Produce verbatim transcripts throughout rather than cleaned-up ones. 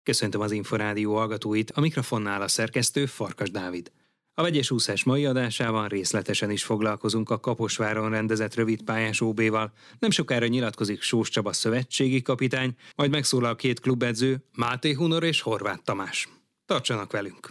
Köszöntöm az Inforádió hallgatóit, a mikrofonnál a szerkesztő Farkas Dávid. A vegyes úszás mai adásában részletesen is foglalkozunk a Kaposváron rendezett rövidpályás ó béval. Nem sokára nyilatkozik Sós Csaba szövetségi kapitány, majd megszólal két klubedző, Máté Hunor és Horváth Tamás. Tartsanak velünk!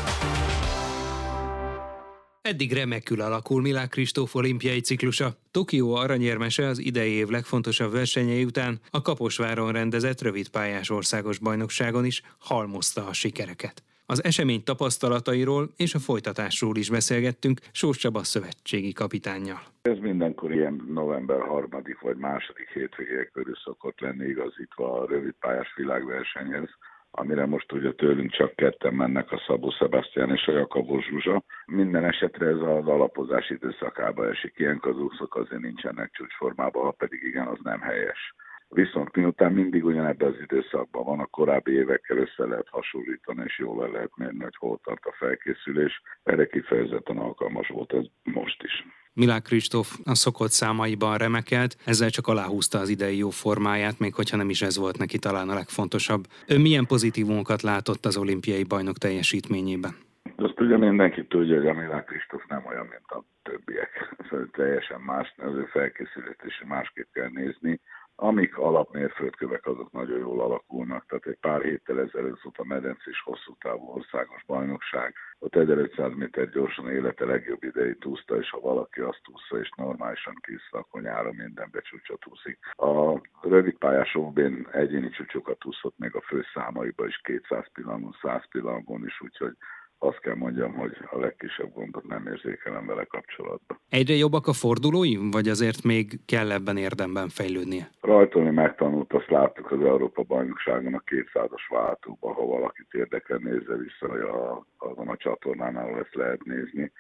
Eddig remekül alakul Milák Kristóf olimpiai ciklusa. Tokió aranyérmese az idei év legfontosabb versenyei után a Kaposváron rendezett rövidpályás országos bajnokságon is halmozta a sikereket. Az esemény tapasztalatairól és a folytatásról is beszélgettünk Sós Csaba szövetségi kapitánnyal. Ez mindenkor ilyen november harmadik vagy második hétvégék körül szokott lenni igazítva a rövidpályás világversenyhez, amire most ugye tőlünk csak ketten mennek, a Szabó Sebastian és a Jakabos Zsuzsa. Minden esetre ez az alapozás időszakába esik, ilyenkor az úszók azért nincsenek csúcsformában, ha pedig igen, az nem helyes. Viszont miután mindig ugyanebben az időszakban van, a korábbi évekkel össze lehet hasonlítani, és jól le lehet mérni, hogy hol tart a felkészülés. Erre kifejezetten alkalmas volt ez most is. Milák Kristóf a szokott számaiban remekelt, ezzel csak aláhúzta az idei jó formáját, még hogyha nem is ez volt neki talán a legfontosabb. Ön milyen pozitívumokat látott az olimpiai bajnok teljesítményében? Azt ugye mindenki tudja, hogy a Milák Kristóf nem olyan, mint a többiek. Szóval teljesen más, az ő felkészülést is másképp kell nézni. Amik alapmérföldkövek, azok nagyon jól alakulnak. Tehát egy pár héttel ezelőtt volt a medencés hosszú távú országos bajnokság. Ott ezerötszáz méter gyorsan élete legjobb idejét úszta, és ha valaki azt úszta és normálisan készül, akkor nyáron mindenbe csúcsot úszik. A rövidpályás ó bén egyéni csúcsokat úszott még a főszámaiba is, kétszáz pillangon, száz pillangon is, úgyhogy azt kell mondjam, hogy a legkisebb gondot nem érzékelem vele kapcsolatban. Egyre jobbak a fordulói, vagy azért még kell ebben érdemben fejlődnie? Rajtolni megtanult, azt láttuk az Európa-bajnokságon a kétszázas váltóban, ha valakit érdekel, nézze vissza, hogy a, azon a csatornánál ezt lehet nézni.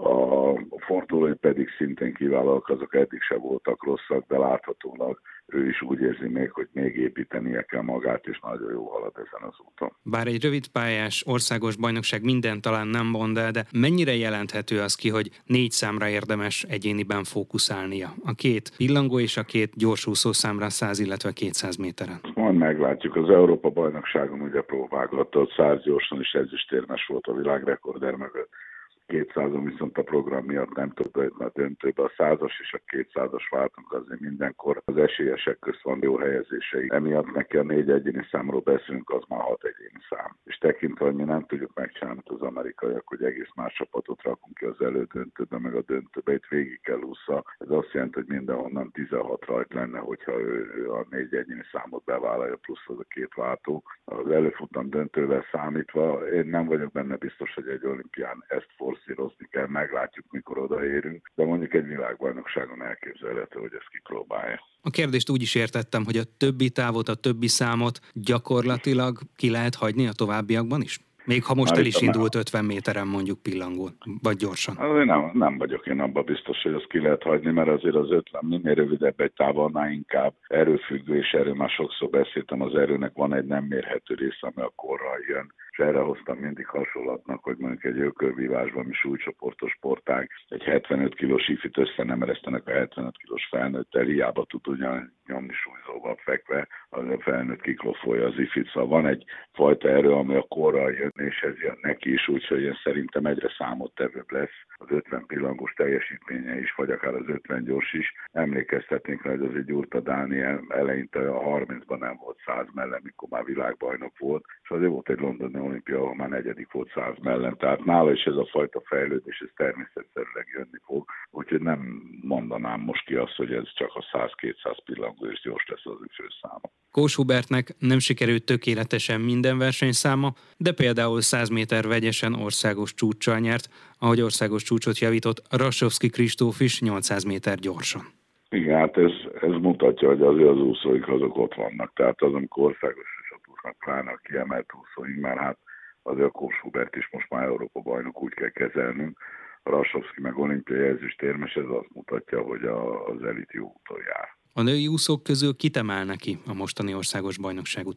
A fordulói pedig szintén kiválóak, azok eddig se voltak rosszak, de láthatólag ő is úgy érzi még, hogy még építenie kell magát, és nagyon jó halad ezen az úton. Bár egy rövidpályás országos bajnokság minden talán nem mond el, de mennyire jelenthető az ki, hogy négy számra érdemes egyéniben fókuszálnia? A két pillangó és a két gyorsúszó számra száz, illetve kétszáz méteren. Majd meglátjuk. Az Európa-bajnokságon ugye próbálgatta, hogy száz gyorsan is ezüstérmes volt a világrekorder mögött. kétszázon viszont a program miatt nem tudta jutni a döntőbe. A százas és a kétszázas váltunk azért mindenkor az esélyesek közt van jó helyezései. Emiatt neki a négy egyéni számról beszélünk, az már hat egyéni szám. És tekintve, hogy mi nem tudjuk megcsinálni az amerikaiak, hogy egész más csapatot rakunk ki az elődöntőbe, meg a döntőbe, itt végig kell ússza. Ez azt jelenti, hogy mindenhonnan tizenhat rajt lenne, hogyha ő, ő a négy egyéni számot bevállalja, plusz az a két váltó. Az előfutam döntővel számítva, én nem vagyok benne biztos, hogy egy olimpián ezt forszírozni kell, meglátjuk, mikor odaérünk, de mondjuk egy világbajnokságon elképzelhető, hogy ezt kipróbálja. A kérdést úgy is értettem, hogy a többi távot, a többi számot gyakorlatilag ki lehet hagyni a továbbiakban is? Még ha most Már el is nem. indult ötven méteren mondjuk pillangón, vagy gyorsan. Azért nem, nem vagyok én abban biztos, hogy ezt ki lehet hagyni, mert azért az ötven minél rövidebb egy táv, annál inkább erőfüggő, és erről már sokszor beszéltem, az erőnek van egy nem mérhető része, ami a korral jön. És erre hoztam mindig hasonlatnak, hogy mondjuk egy ökölvívásban, ami súlycsoportos sportág, egy hetvenöt kilós ifit össze nem eresztenek a hetvenöt kilós felnőttel, hiába tud ugyan nyomni súlyzóval fekve, az a felnőtt kiklofolja az ifit. Szóval van egy fajta erő, ami a korral jön, és ez jön neki is, úgyhogy én szerintem egyre számottevőbb lesz az ötven pillangós teljesítménye is, vagy akár az ötven gyors is. Emlékeztetnénk rá, hogy azért Gyurta Dániel eleinte a harmincban nem volt száz mellett, mikor már világbajnok volt, és azért volt egy londoni olimpia, ahol már negyedik volt száz mellett, tehát nála is ez a fajta fejlődés, ez természetszerűleg jönni fog, úgyhogy nem mondanám most ki azt, hogy ez csak a száz-kétszáz pillangó és gyors lesz az ő főszáma. Kós Hubertnek nem sikerült tökéletesen minden versenyszáma, de például száz méter vegyesen országos csúccsal nyert, ahogy országos csúcsot javított Rassovszky Kristóf is nyolcszáz méter gyorsan. Igen, hát ez, ez mutatja, hogy azért az úszóink azok ott vannak, tehát az, amikor országos csúcsot pláne a kiemelt úszóink, mert hát azért a Kós Hubert is most már Európa bajnok, úgy kell kezelnünk. A Rassovszky meg olimpiai ezüstérmes, ez azt mutatja, hogy a, az elit jó úton jár. A női úszók közül kit emel neki a mostani országos bajnokság után?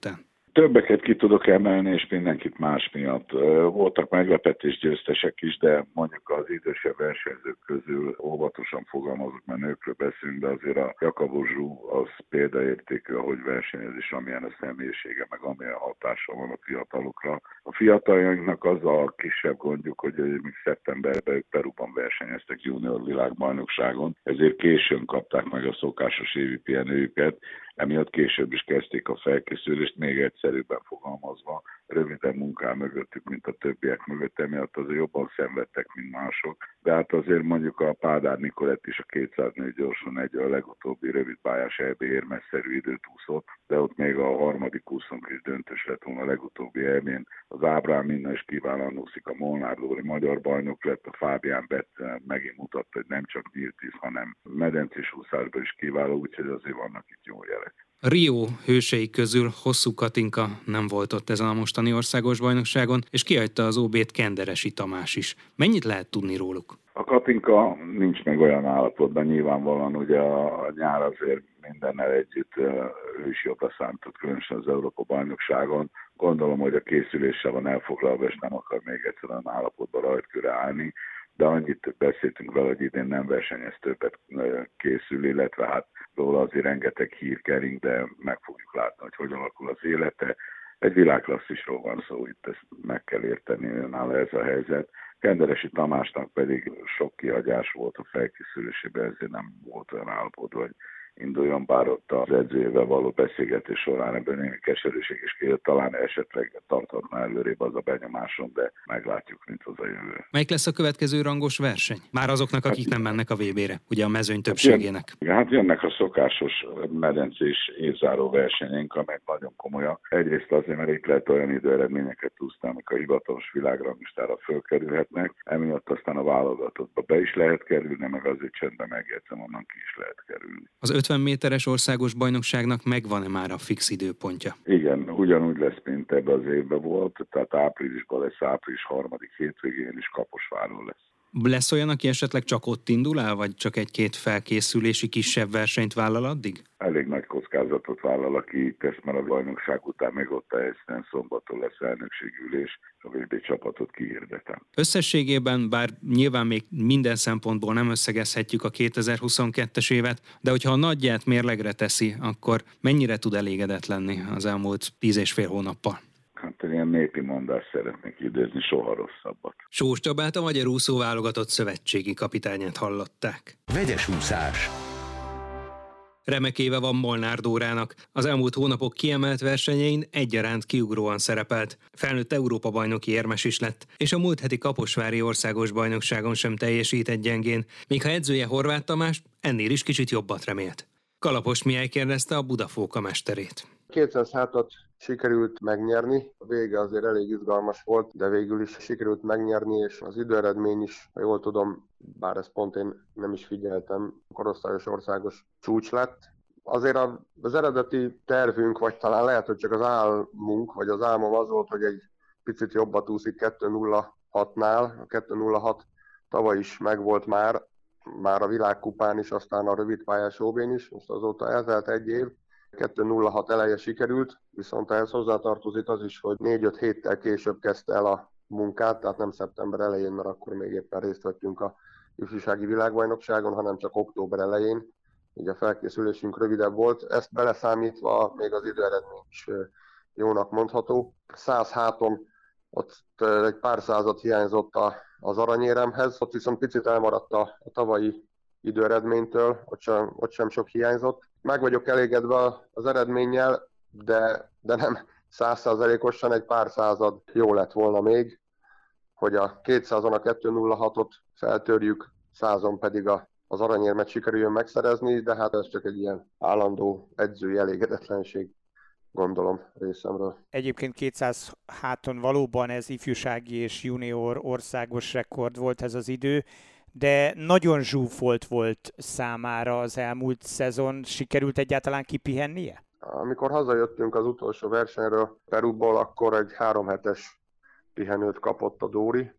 Többeket ki tudok emelni, és mindenkit más miatt. Voltak meglepetés győztesek is, de mondjuk az idősebb versenyzők közül óvatosan fogalmazok, mert nőkről beszélünk, de azért a Jakabozsú az példaértékű, ahogy versenyez, és amilyen a személyisége, meg amilyen hatása van a fiatalokra. A fiataljainknak az a kisebb gondjuk, hogy még szeptemberben ők Peruban versenyeztek junior világbajnokságon, ezért későn kapták meg a szokásos évi pihenőjüket, emiatt később is kezdték a felkészülést, még egyszerűbben fogalmazva, röviden munkál mögöttük, mint a többiek mögött, emiatt azért jobban szenvedtek, mint mások. De hát azért mondjuk a Pádár Nikolett is a kétszáznő gyorsan egy a legutóbbi rövidpályás é bé érmesszerű időt úszott, de ott még a harmadik úszónk is döntős lett volna a legutóbbi é bén. Az Ábrám Minna is kiválóan úszik, a Molnár Lóri magyar bajnok lett, a Fábián Bett megint mutatta, hogy nem csak nyílt tíz, hanem medencés úszásban is kiváló, úgyhogy azért vannak itt jó jelek. Rio hősei közül Hosszú Katinka nem volt ott ezen a mostani országos bajnokságon, és kihagyta az ó bét Kenderesi Tamás is. Mennyit lehet tudni róluk? A Katinka nincs meg olyan állapotban, nyilvánvalóan ugye a nyár azért mindennel együtt ő is jobban számított, különösen az Európa-bajnokságon. Gondolom, hogy a készüléssel van elfoglalva, és nem akar még egyszer olyan állapotban rajtkörre állni, de annyit beszéltünk vele, hogy idén nem versenyez, többet készül, illetve hát róla azért rengeteg hír kering, de meg fogjuk látni, hogy hogy alakul az élete. Egy világklasszisról van szó, itt ezt meg kell érteni, nála ez a helyzet. Kenderesi Tamásnak pedig sok kihagyás volt a felkészülésében, ezért nem volt olyan állapot, hogy induljon, bár ott az edzőjével való beszélgetés során ebből némi keserűség is kijött, talán esetleg tarthatna előrébb az a benyomásom, de meglátjuk, mint az a jövő. Melyik lesz a következő rangos verseny? Már azoknak, akik hát, nem mennek a vé bére, ugye a mezőny többségének. Hát, hát jönnek a szokásos medencés évzáró versenyeink, amelyek nagyon komolyak. Egyrészt azért, mert itt lehet olyan időeredményeket úszni, amik a hivatalos világranglistára fölkerülhetnek, emiatt aztán a válogatottba be is lehet kerülni, meg azért csendben megjegyzem, onnan ki is lehet kerülni. Az ötven méteres országos bajnokságnak megvan-e már a fix időpontja? Igen, ugyanúgy lesz, mint ebben az évben volt, tehát áprilisban lesz, április harmadik hétvégén is Kaposváron lesz. Lesz olyan, aki esetleg csak ott indul el, vagy csak egy-két felkészülési kisebb versenyt vállal addig? Elég nagy kockázatot vállal, aki itt ezt, mert a bajnokság után még ott helyszínen szombaton lesz elnökségülés, a vé bé csapatot kihirdetem. Összességében, bár nyilván még minden szempontból nem összegezhetjük a kétezer-huszonkettes évet, de hogyha a nagyját mérlegre teszi, akkor mennyire tud elégedett lenni az elmúlt tíz és fél hónappal? Hát egy ilyen népi mondást szeretnék idézni, soha rosszabbat. Sós Csabát, a magyar úszóválogatott szövetségi kapitányát hallották. Vegyes úszás. Remek éve van Molnár Dórának. Az elmúlt hónapok kiemelt versenyein egyaránt kiugróan szerepelt. Felnőtt Európa-bajnoki érmes is lett, és a múlt heti kaposvári országos bajnokságon sem teljesített gyengén, míg ha edzője Horváth Tamás ennél is kicsit jobbat remélt. Kalapos Mihály kérdezte a Budafóka mesterét. kétszáz hátat sikerült megnyerni, a vége azért elég izgalmas volt, de végül is sikerült megnyerni, és az időeredmény is, ha jól tudom, bár ezt pont én nem is figyeltem, korosztályos országos csúcs lett. Azért az eredeti tervünk, vagy talán lehet, hogy csak az álmunk, vagy az álmom az volt, hogy egy picit jobbat úszik kettő nulla hatnál, a kettő nulla hat tavaly is megvolt már, már a világkupán is, aztán a rövidpályás ó bén is, most azóta eltelt egy év, kettő nulla hat eleje sikerült, viszont ehhez hozzátartozik az is, hogy négy-öt héttel később kezdte el a munkát, tehát nem szeptember elején, mert akkor még éppen részt vettünk a ifjúsági világbajnokságon, hanem csak október elején, így a felkészülésünk rövidebb volt. Ezt beleszámítva még az időeredmény is jónak mondható. száz háton ott egy pár század hiányzott az aranyéremhez, ott viszont picit elmaradt a, a tavalyi időeredménytől, ott sem, ott sem sok hiányzott. Meg vagyok elégedve az eredménnyel, de, de nem száz százalékosan, egy pár század jó lett volna még, hogy a kétszázon a kettő nulla hatot feltörjük, százon pedig a, az aranyérmet sikerüljön megszerezni, de hát ez csak egy ilyen állandó edzői elégedetlenség, gondolom részemről. Egyébként kétszáz háton valóban ez ifjúsági és junior országos rekord volt ez az idő, de nagyon zsúfolt volt számára az elmúlt szezon. Sikerült egyáltalán kipihennie? Amikor hazajöttünk az utolsó versenyről Peruból, akkor egy három hetes pihenőt kapott a Dóri,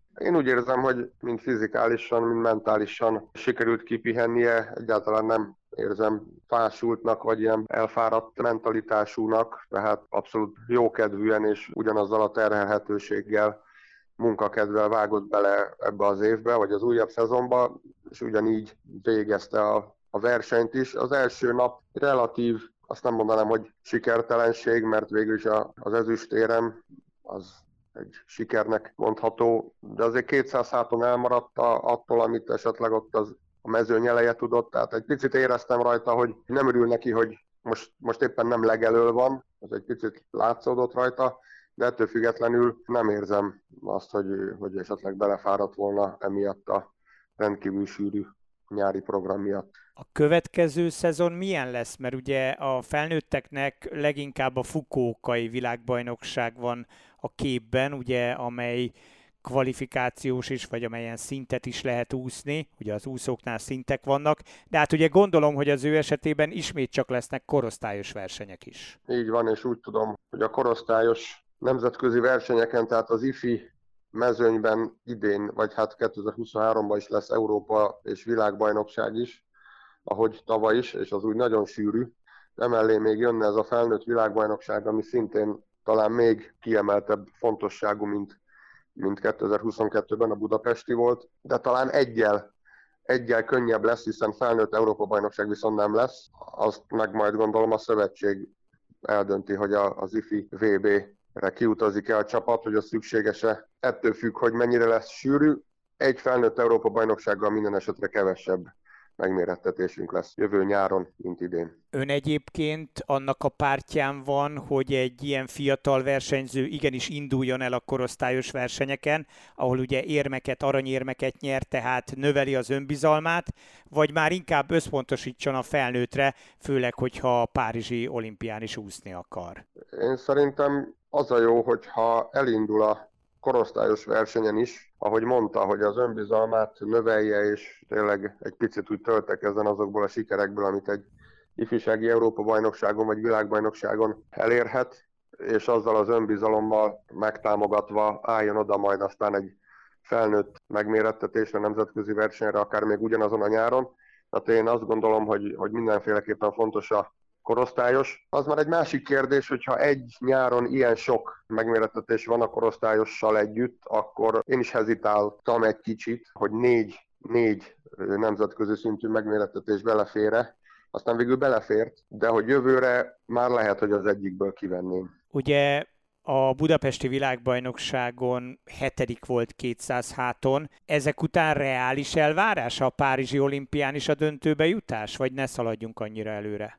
Én úgy érzem, hogy mind fizikálisan, mind mentálisan sikerült kipihennie, egyáltalán nem érzem fásultnak, vagy ilyen elfáradt mentalitásúnak, tehát abszolút jókedvűen és ugyanazzal a terhelhetőséggel, munkakedvel vágott bele ebbe az évbe, vagy az újabb szezonba, és ugyanígy végezte a, a versenyt is. Az első nap relatív, azt nem mondanám, hogy sikertelenség, mert végül is a, az ezüstérem az egy sikernek mondható, de azért kétszáz háton elmaradt attól, amit esetleg ott az a mezőny eleje tudott, tehát egy picit éreztem rajta, hogy nem örül neki, hogy most, most éppen nem legelől van, az egy picit látszódott rajta, de ettől függetlenül nem érzem azt, hogy, hogy esetleg belefáradt volna emiatt a rendkívül sűrű nyári program miatt. A következő szezon milyen lesz? Mert ugye a felnőtteknek leginkább a Fukuokai világbajnokság van a képben, ugye, amely kvalifikációs is, vagy amelyen szintet is lehet úszni, ugye az úszóknál szintek vannak, de hát ugye gondolom, hogy az ő esetében ismét csak lesznek korosztályos versenyek is. Így van, és úgy tudom, hogy a korosztályos nemzetközi versenyeken, tehát az ifi mezőnyben idén, vagy hát kétezer-huszonháromban is lesz Európa és világbajnokság is, ahogy tavaly is, és az úgy nagyon sűrű. Emellé még jönne ez a felnőtt világbajnokság, ami szintén talán még kiemeltebb fontosságú, mint, mint kétezer-huszonkettőben a budapesti volt, de talán egyel, egyel könnyebb lesz, hiszen felnőtt Európa-bajnokság viszont nem lesz. Azt meg majd gondolom a szövetség eldönti, hogy az ifi vé bé-re kiutazik-e a csapat, hogy az szükséges-e. Ettől függ, hogy mennyire lesz sűrű. Egy felnőtt Európa-bajnoksággal minden esetre kevesebb megmérettetésünk lesz jövő nyáron, mint idén. Ön egyébként annak a pártján van, hogy egy ilyen fiatal versenyző igenis induljon el a korosztályos versenyeken, ahol ugye érmeket, aranyérmeket nyer, tehát növeli az önbizalmát, vagy már inkább összpontosítson a felnőttre, főleg, hogyha a párizsi olimpián is úszni akar? Én szerintem az a jó, hogyha elindul a korosztályos versenyen is, ahogy mondta, hogy az önbizalmát növelje, és tényleg egy picit úgy töltekezzen azokból a sikerekből, amit egy ifjúsági Európa-bajnokságon vagy világbajnokságon elérhet, és azzal az önbizalommal megtámogatva álljon oda majd aztán egy felnőtt megmérettetésre, nemzetközi versenyre, akár még ugyanazon a nyáron. Tehát én azt gondolom, hogy, hogy mindenféleképpen fontos a korosztályos. Az már egy másik kérdés, hogyha egy nyáron ilyen sok megmérettetés van a korosztályossal együtt, akkor én is hezitáltam egy kicsit, hogy négy, négy nemzetközi szintű megmérettetés belefér-e. Aztán végül belefért, de hogy jövőre már lehet, hogy az egyikből kivenném. Ugye a budapesti világbajnokságon hetedik volt kétszáz háton. Ezek után reális elvárás a párizsi olimpián is a döntőbe jutás, vagy ne szaladjunk annyira előre?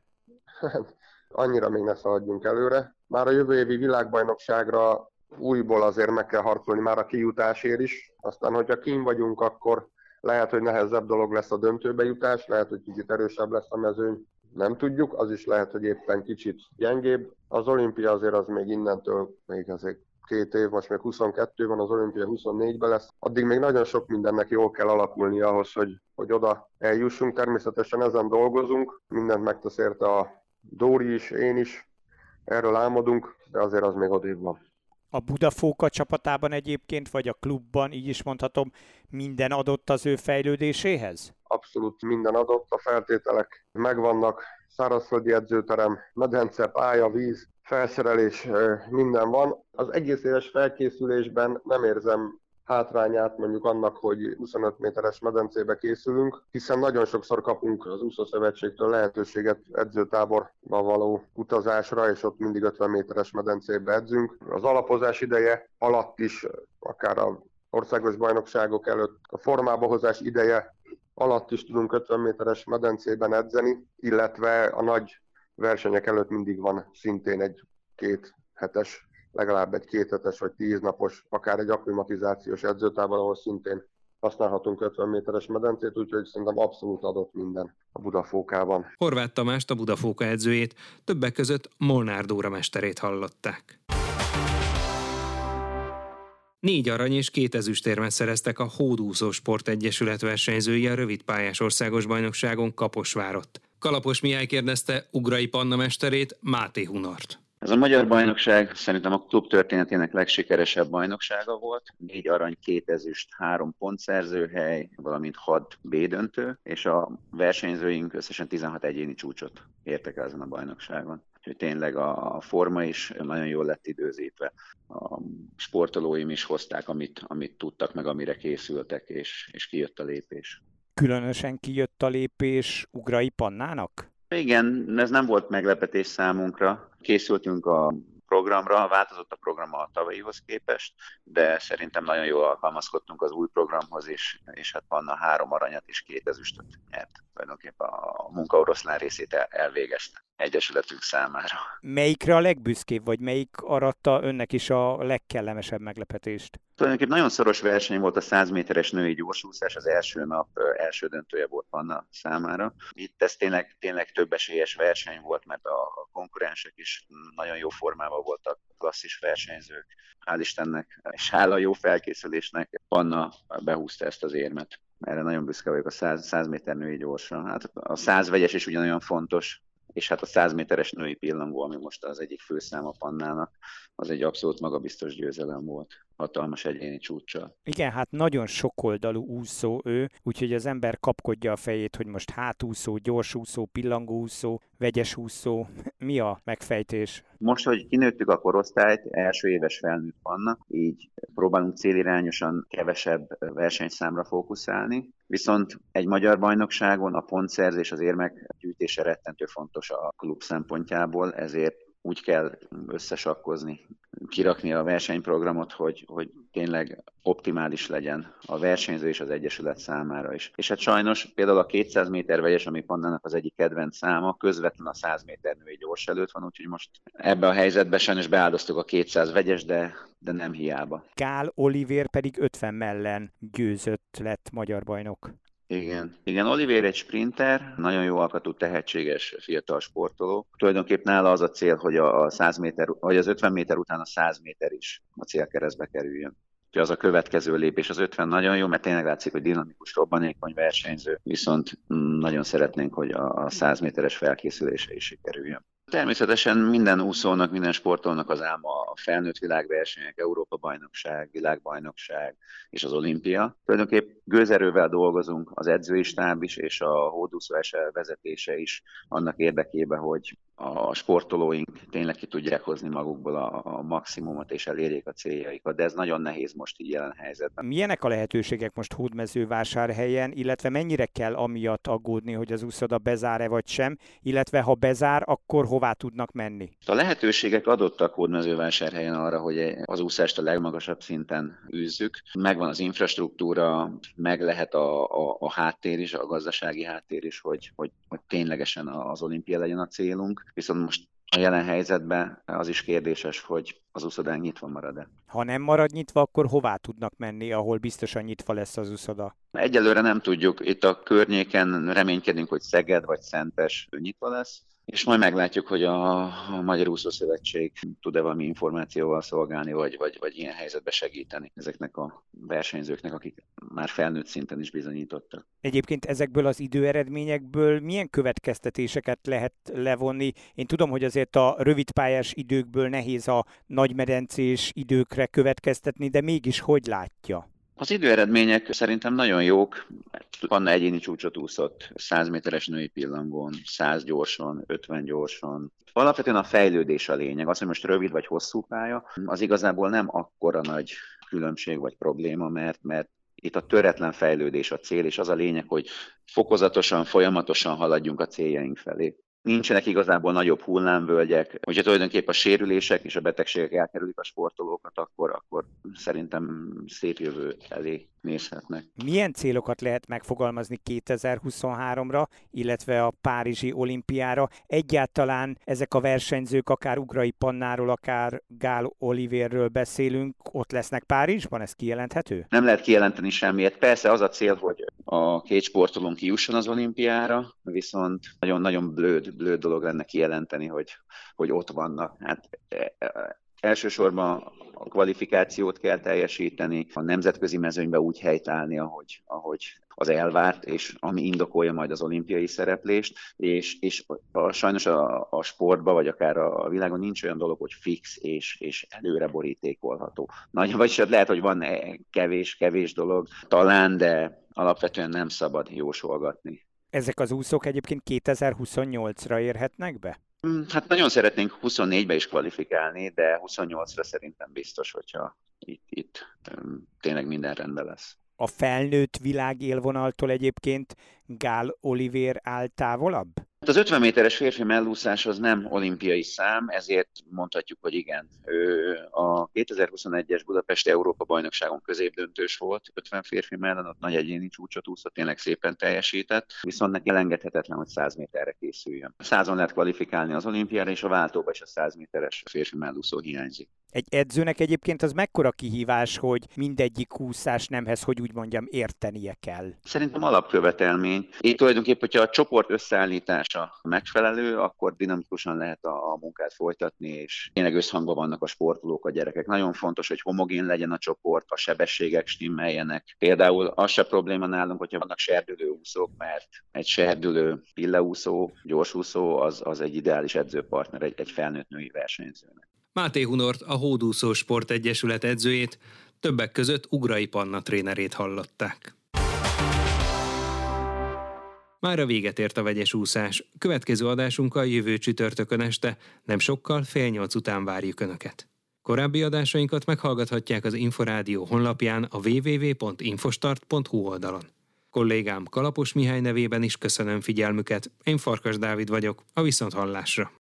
Annyira még ne szaladjunk előre. Már a jövő évi világbajnokságra újból azért meg kell harcolni már a kijutásért is. Aztán, hogyha kín vagyunk, akkor lehet, hogy nehezebb dolog lesz a döntőbe jutás, lehet, hogy kicsit erősebb lesz a mezőny. Nem tudjuk, az is lehet, hogy éppen kicsit gyengébb. Az olimpia azért az még innentől, még azért két év, most még huszonkettő van, az olimpia huszonnégyben lesz. Addig még nagyon sok mindennek jól kell alakulni ahhoz, hogy, hogy oda eljussunk. Természetesen ezen dolgozunk, mindent megtesz érte a Dóri is, én is, erről álmodunk, de azért az még odébb van. A Budafóka csapatában egyébként, vagy a klubban, így is mondhatom, minden adott az ő fejlődéséhez? Abszolút minden adott, a feltételek megvannak, szárazföldi edzőterem, medence, pálya, víz, felszerelés, minden van. Az egész éves felkészülésben nem érzem hátrányát mondjuk annak, hogy huszonöt méteres medencébe készülünk, hiszen nagyon sokszor kapunk az úszószövetségtől lehetőséget edzőtáborba való utazásra, és ott mindig ötven méteres medencébe edzünk. Az alapozás ideje alatt is, akár a országos bajnokságok előtt, a formába hozás ideje alatt is tudunk ötven méteres medencében edzeni, illetve a nagy versenyek előtt mindig van szintén egy két hetes, legalább egy két hetes vagy tíz napos, akár egy akklimatizációs edzőtábor, ahol szintén használhatunk ötven méteres medencét, úgyhogy szerintem abszolút adott minden a Budafókában. Horváth Tamást, a Budafóka edzőjét, többek között Molnár Dóra mesterét hallották. Négy arany és két ezüstérmet szereztek a Hódúszó Sportegyesület versenyzői a rövidpályás országos bajnokságon Kaposvárott. Kalapos Mihály kérdezte Ugrai Panna mesterét, Máté Hunort. Ez a magyar bajnokság szerintem a klub történetének legsikeresebb bajnoksága volt. Négy arany, két ezüst, három pontszerzőhely, valamint hat B-döntő, és a versenyzőink összesen tizenhat egyéni csúcsot értek el ezen a bajnokságon. Úgyhogy tényleg a forma is nagyon jól lett időzítve. A sportolóim is hozták, amit, amit tudtak, meg amire készültek, és, és kijött a lépés. Különösen kijött a lépés Ugrai Pannának? Igen, ez nem volt meglepetés számunkra. Készültünk a programra, változott a program a tavalyihoz képest, de szerintem nagyon jól alkalmazkodtunk az új programhoz is, és hát Panna három aranyat és két ezüstöt nyert. Tulajdonképpen a munka oroszlán részét el, elvégezte egyesületünk számára. Melyikre a legbüszkébb, vagy melyik aratta önnek is a legkellemesebb meglepetést? Tulajdonképpen nagyon szoros verseny volt a száz méteres női gyorsúszás, az első nap első döntője volt Panna számára. Itt ez tényleg, tényleg több esélyes verseny volt, mert a konkurensek is nagyon jó formában voltak, klasszis versenyzők. Hál' Istennek, és hála a jó felkészülésnek Panna behúzta ezt az érmet. Erre nagyon büszke vagyok a száz, száz méter női gyorsan. Hát a száz vegyes is ugyanolyan fontos, és hát a száz méteres női pillangó, ami most az egyik főszám a Pannának, az egy abszolút magabiztos győzelem volt, hatalmas egyéni csúccsal. Igen, hát nagyon sokoldalú úszó ő, úgyhogy az ember kapkodja a fejét, hogy most hátúszó, gyorsúszó, pillangóúszó, vegyes úszó. Mi a megfejtés? Most, hogy kinőttük a korosztályt, első éves felnőtt Panna, így próbálunk célirányosan kevesebb versenyszámra fókuszálni, viszont egy magyar bajnokságon a pontszerzés, az érmek gyűjtése rettentő fontos a klub szempontjából, ezért úgy kell összesakkozni, kirakni a versenyprogramot, hogy, hogy tényleg optimális legyen a versenyző és az egyesület számára is. És hát sajnos például a kétszáz méter vegyes, ami Pannának az egyik kedvenc száma, közvetlen a száz méter női gyors előtt van, úgyhogy most ebbe a helyzetbe sajnos beáldoztuk a kétszáz vegyes, de, de nem hiába. Gál Olivér pedig ötven mellen győzött lett magyar bajnok. Igen. Igen, Olivér egy sprinter, nagyon jó alkatú, tehetséges fiatal sportoló. Tulajdonképpen nála az a cél, hogy a száz méter, vagy az ötven méter után a száz méter is a célkeresztbe kerüljön. Az a következő lépés, az ötven nagyon jó, mert tényleg látszik, hogy dinamikus, robbanékony versenyző, viszont nagyon szeretnénk, hogy a száz méteres felkészülése is sikerüljön. Természetesen minden úszónak, minden sportolónak az álma a felnőtt világversenyek, Európa-bajnokság, világbajnokság és az olimpia. Tulajdonképp gőzerővel dolgozunk, az edzői stáb is és a hódúszó es el vezetése is annak érdekében, hogy a sportolóink tényleg ki tudják hozni magukból a, a maximumot és elérjék a céljaikat, de ez nagyon nehéz most így jelen helyzetben. Milyenek a lehetőségek most Hódmezővásárhelyen, illetve mennyire kell amiatt aggódni, hogy az úszoda bezár-e vagy sem, illetve ha bezár, akkor hová tudnak menni? A lehetőségek adottak Hódmezővásárhelyen arra, hogy az úszást a legmagasabb szinten űzzük. Megvan az infrastruktúra, meg lehet a, a, a háttér is, a gazdasági háttér is, hogy, hogy, hogy ténylegesen az olimpia legyen a célunk. Viszont most a jelen helyzetben az is kérdéses, hogy az úszodánk nyitva marad-e. Ha nem marad nyitva, akkor hová tudnak menni, ahol biztosan nyitva lesz az úszoda? Egyelőre nem tudjuk. Itt a környéken reménykedünk, hogy Szeged vagy Szentes nyitva lesz, és majd meglátjuk, hogy a, a Magyar Úszószövetség tud-e valami információval szolgálni, vagy, vagy, vagy ilyen helyzetbe segíteni ezeknek a versenyzőknek, akik már felnőtt szinten is bizonyítottak. Egyébként ezekből az időeredményekből milyen következtetéseket lehet levonni? Én tudom, hogy azért a rövidpályás időkből nehéz a nagymedencés időkre következtetni, de mégis hogy látja? Az időeredmények szerintem nagyon jók, mert Panna egyéni csúcsot úszott, száz méteres női pillangón, száz gyorsan, ötven gyorsan. Alapvetően a fejlődés a lényeg, az, hogy most rövid vagy hosszú pálya, az igazából nem akkora nagy különbség vagy probléma, mert, mert itt a töretlen fejlődés a cél, és az a lényeg, hogy fokozatosan, folyamatosan haladjunk a céljaink felé. Nincsenek igazából nagyobb hullámvölgyek. Hogyha tulajdonképpen a sérülések és a betegségek elkerülik a sportolókat, akkor, akkor szerintem szép jövő elé nézhetnek. Milyen célokat lehet megfogalmazni kétezer-huszonháromra, illetve a Párizsi olimpiára? Egyáltalán ezek a versenyzők, akár Ugrai Pannáról, akár Gál Olivérről beszélünk, ott lesznek Párizsban? Ez kijelenthető? Nem lehet kijelenteni semmiet. Persze az a cél, hogy a két sportolónk kijusson az olimpiára, viszont nagyon-nagyon blőd, blőd dolog lenne kijelenteni, hogy, hogy ott vannak. Hát Elsősorban a kvalifikációt kell teljesíteni, a nemzetközi mezőnybe úgy helytállni, ahogy, ahogy az elvárt, és ami indokolja majd az olimpiai szereplést, és, és a, a, sajnos a, a sportban, vagy akár a, a világon nincs olyan dolog, hogy fix és, és előre borítékolható. Nagy, vagyis lehet, hogy van kevés-kevés dolog, talán, de alapvetően nem szabad jósolgatni. Ezek az úszók egyébként kétezer-huszonnyolcra érhetnek be? Hát nagyon szeretnénk huszonnégybe is kvalifikálni, de huszonnyolcra szerintem biztos, hogyha itt, itt tényleg minden rendben lesz. A felnőtt világ élvonaltól egyébként Gál Olivér áll távolabb? Az ötven méteres férfi mellúszás az nem olimpiai szám, ezért mondhatjuk, hogy igen. Ő a kétezer-huszonegyes Budapesti Európa-bajnokságon középdöntős volt, ötven férfi mellett, ott nagy egyéni csúcsot úszott, tényleg szépen teljesített, viszont neki elengedhetetlen, hogy száz méterre készüljön. Százon lehet kvalifikálni az olimpiára, és a váltóba is a száz méteres férfi mellúszó hiányzik. Egy edzőnek egyébként az mekkora kihívás, hogy mindegyik úszás nemhez, hogy úgy mondjam, értenie kell? Szerintem alapkövetelmény. Itt tulajdonképpen, hogyha a csoport összeállítása megfelelő, akkor dinamikusan lehet a, a munkát folytatni, és tényleg összhangban vannak a sportolók, a gyerekek. Nagyon fontos, hogy homogén legyen a csoport, a sebességek stimmeljenek. Például az se probléma nálunk, hogyha vannak serdülő úszók, mert egy serdülő pilleúszó, gyorsúszó, az, az egy ideális edzőpartner egy, egy felnőtt női versenyzőnek. Máté Hunort, a Hódúszó Sportegyesület edzőjét, többek között Ugrai Panna trénerét hallották. Mára véget ért a vegyes úszás. Következő adásunkkal jövő csütörtökön este, nem sokkal, fél nyolc után várjuk Önöket. Korábbi adásainkat meghallgathatják az Inforádió honlapján a double-u double-u double-u pont infostart pont hu oldalon. Kollégám Kalapos Mihály nevében is köszönöm figyelmüket, én Farkas Dávid vagyok, a viszonthallásra.